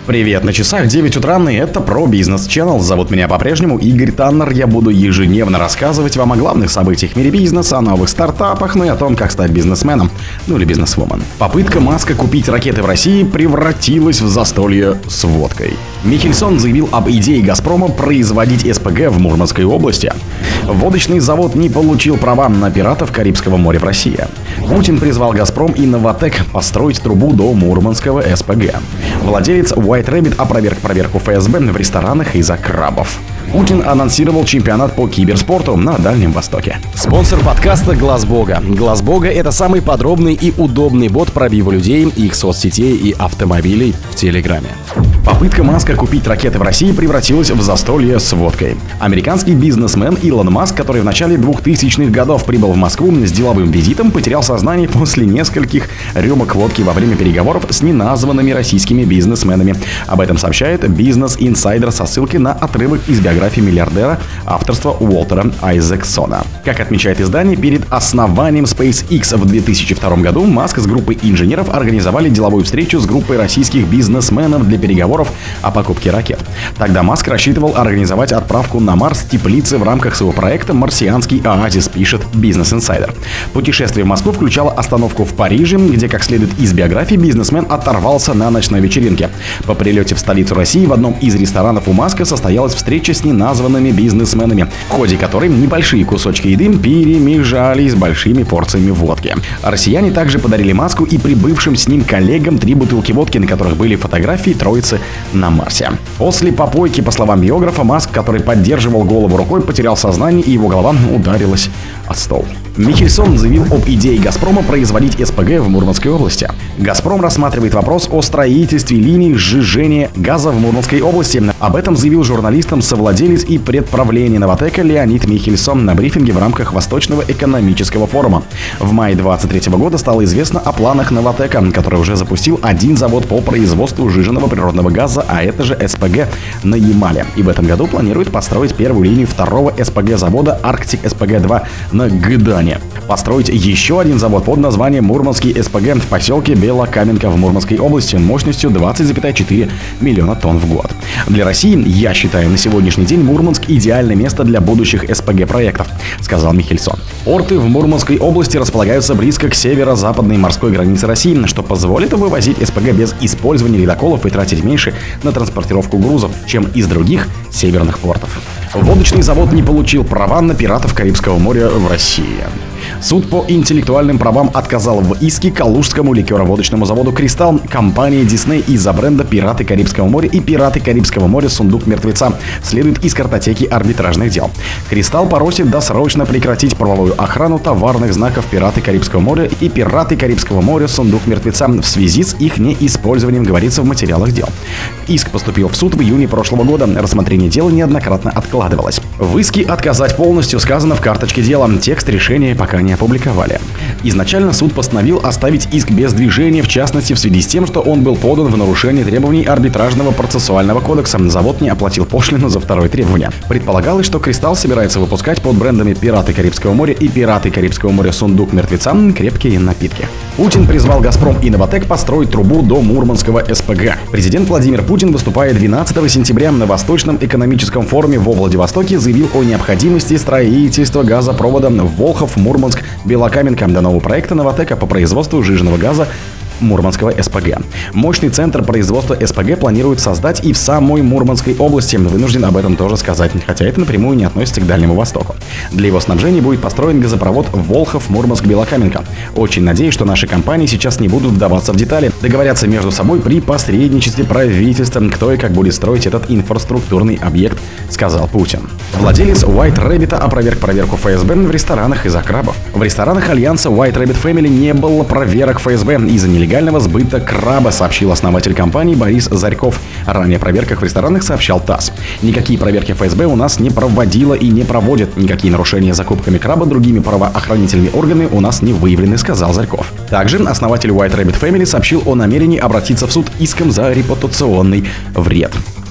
Привет, на часах 9 утра, и это про Business Channel. Зовут меня по-прежнему Игорь Таннер. Я буду ежедневно рассказывать вам о главных событиях в мире бизнеса, о новых стартапах, и о том, как стать бизнесменом, или бизнесвумен. Попытка Маска купить ракеты в России превратилась в застолье с водкой. Михельсон заявил об идее «Газпрома» производить СПГ в Мурманской области. Водочный завод не получил права на пиратов Карибского моря в России. Путин призвал «Газпром» и «Новатэк» построить трубу до Мурманского СПГ. Владелец White Rabbit опроверг проверку ФСБ в ресторанах из-за крабов. Путин анонсировал чемпионат по киберспорту на Дальнем Востоке. Спонсор подкаста Глаз Бога. Глаз Бога — это самый подробный и удобный бот пробива людей, их соцсетей и автомобилей в Телеграме. Попытка Маска купить ракеты в России превратилась в застолье с водкой. Американский бизнесмен Илон Маск, который в начале 2000-х годов прибыл в Москву с деловым визитом, потерял сознание после нескольких рюмок водки во время переговоров с неназванными российскими бизнесменами. Об этом сообщает Business Insider со ссылкой на отрывок из биографии миллиардера авторства Уолтера Айзексона. Как отмечает издание, перед основанием SpaceX в 2002 году Маск с группой инженеров организовали деловую встречу с группой российских бизнесменов для переговоров о покупке ракет. Тогда Маск рассчитывал организовать отправку на Марс теплицы в рамках своего проекта «Марсианский оазис», пишет Business Insider. Путешествие в Москву включало остановку в Париже, где, как следует из биографии, бизнесмен оторвался на ночной вечеринке. По прилете в столицу России в одном из ресторанов у Маска состоялась встреча с неназванными бизнесменами, в ходе которой небольшие кусочки еды перемежались с большими порциями водки. Россияне также подарили Маску и прибывшим с ним коллегам 3 бутылки водки, на которых были фотографии троицы на Марсе. После попойки, по словам биографа, Маск, который поддерживал голову рукой, потерял сознание, и его голова ударилась о стол. Михельсон заявил об идее «Газпрома» производить СПГ в Мурманской области. «Газпром» рассматривает вопрос о строительстве линий сжижения газа в Мурманской области. Об этом заявил журналистам совладелец и предправление «Новатэка» Леонид Михельсон на брифинге в рамках Восточного экономического форума. В мае 2023 года стало известно о планах «Новатэка», который уже запустил 1 завод по производству сжиженного природного газа, а это же СПГ на Ямале. И в этом году планирует построить первую линию 2-го СПГ-завода «Арктик СПГ-2» на Гыдане. Построить еще 1 завод под названием «Мурманский СПГ» в поселке Белокаменка в Мурманской области мощностью 20,4 миллиона тонн в год. Для России, я считаю, на сегодняшний день Мурманск — идеальное место для будущих СПГ-проектов, сказал Михельсон. Порты в Мурманской области располагаются близко к северо-западной морской границе России, что позволит вывозить СПГ без использования ледоколов и тратить меньше на транспортировку грузов, чем из других северных портов. Водочный завод не получил права на пиратов Карибского моря в России. Суд по интеллектуальным правам отказал в иске Калужскому ликероводочному заводу «Кристалл», компании Disney из-за бренда «Пираты Карибского моря» и «Пираты Карибского моря. Сундук мертвеца», следует из картотеки арбитражных дел. «Кристалл» просит досрочно прекратить правовую охрану товарных знаков «Пираты Карибского моря» и «Пираты Карибского моря. Сундук мертвеца» в связи с их неиспользованием, говорится в материалах дел. Иск поступил в суд в июне прошлого года. Рассмотрение дела неоднократно откладывалось. В иске «отказать полностью» сказано в карточке дела. Текст решения пока не опубликовали. Изначально суд постановил оставить иск без движения, в частности в связи с тем, что он был подан в нарушение требований арбитражного процессуального кодекса. Завод не оплатил пошлину за 2-е требование. Предполагалось, что «Кристалл» собирается выпускать под брендами «Пираты Карибского моря» и «Пираты Карибского моря. Сундук мертвеца» крепкие напитки. Путин призвал «Газпром» и «Новатэк» построить трубу до Мурманского СПГ. Президент Владимир Путин, выступая 12 сентября на Восточном экономическом форуме во Владивостоке, заявил о необходимости строительства газопровода Волхов-Мурманск Белокаменка до нового проекта «Новатэка» по производству сжиженного газа Мурманского СПГ. Мощный центр производства СПГ планируют создать и в самой Мурманской области. Вынужден об этом тоже сказать, хотя это напрямую не относится к Дальнему Востоку. Для его снабжения будет построен газопровод Волхов-Мурманск-Белокаменка. Очень надеюсь, что наши компании сейчас не будут вдаваться в детали, договорятся между собой при посредничестве правительства, кто и как будет строить этот инфраструктурный объект, сказал Путин. Владелец White Rabbit опроверг проверку ФСБ в ресторанах из-за крабов. В ресторанах альянса White Rabbit Family не было проверок ФСБ из-за нелегального сбыта краба, сообщил основатель компании Борис Зарьков. Ранее о проверках в ресторанах сообщал ТАСС. Никакие проверки ФСБ у нас не проводила и не проводит. Никакие нарушения закупками краба другими правоохранительными органами у нас не выявлены, сказал Зарьков. Также основатель White Rabbit Family сообщил о намерении обратиться в суд иском за репутационный вред.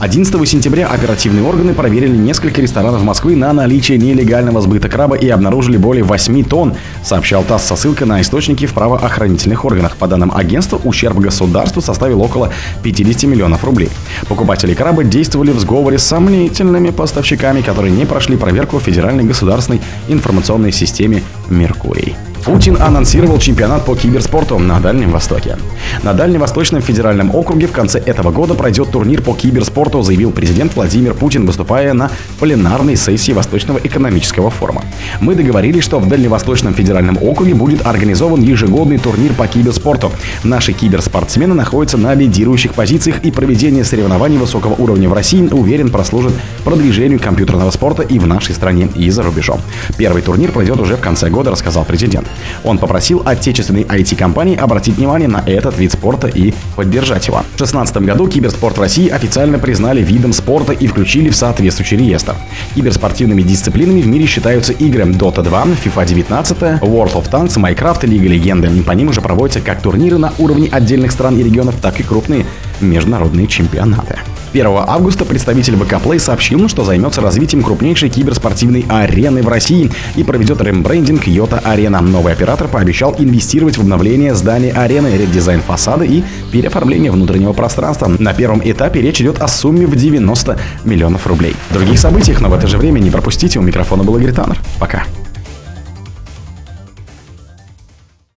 11 сентября оперативные органы проверили несколько ресторанов Москвы на наличие нелегального сбыта краба и обнаружили более 8 тонн, сообщал ТАСС со ссылкой на источники в правоохранительных органах. По данным агентства, ущерб государству составил около 50 миллионов рублей. Покупатели краба действовали в сговоре с сомнительными поставщиками, которые не прошли проверку в Федеральной государственной информационной системе «Меркурий». Путин анонсировал чемпионат по киберспорту на Дальнем Востоке. На Дальневосточном федеральном округе в конце этого года пройдет турнир по киберспорту, заявил президент Владимир Путин, выступая на пленарной сессии Восточного экономического форума. Мы договорились, что в Дальневосточном федеральном округе будет организован ежегодный турнир по киберспорту. Наши киберспортсмены находятся на лидирующих позициях, и проведение соревнований высокого уровня в России, уверен, прослужит продвижению компьютерного спорта и в нашей стране, и за рубежом. Первый турнир пройдет уже в конце года, рассказал президент. Он попросил отечественные IT-компании обратить внимание на этот вид спорта и поддержать его. В 2016 году киберспорт в России официально признали видом спорта и включили в соответствующий реестр. Киберспортивными дисциплинами в мире считаются игры Dota 2, FIFA 19, World of Tanks, Minecraft, Лига Легенды. По ним уже проводятся как турниры на уровне отдельных стран и регионов, так и крупные международные чемпионаты. 1 августа представитель ВК Play сообщил, что займется развитием крупнейшей киберспортивной арены в России и проведет рембрендинг Йота Арена. Новый оператор пообещал инвестировать в обновление здания арены, редизайн фасада и переоформление внутреннего пространства. На первом этапе речь идет о сумме в 90 миллионов рублей. В других событиях, но в это же время не пропустите. У микрофона был Игорь Таннер. Пока.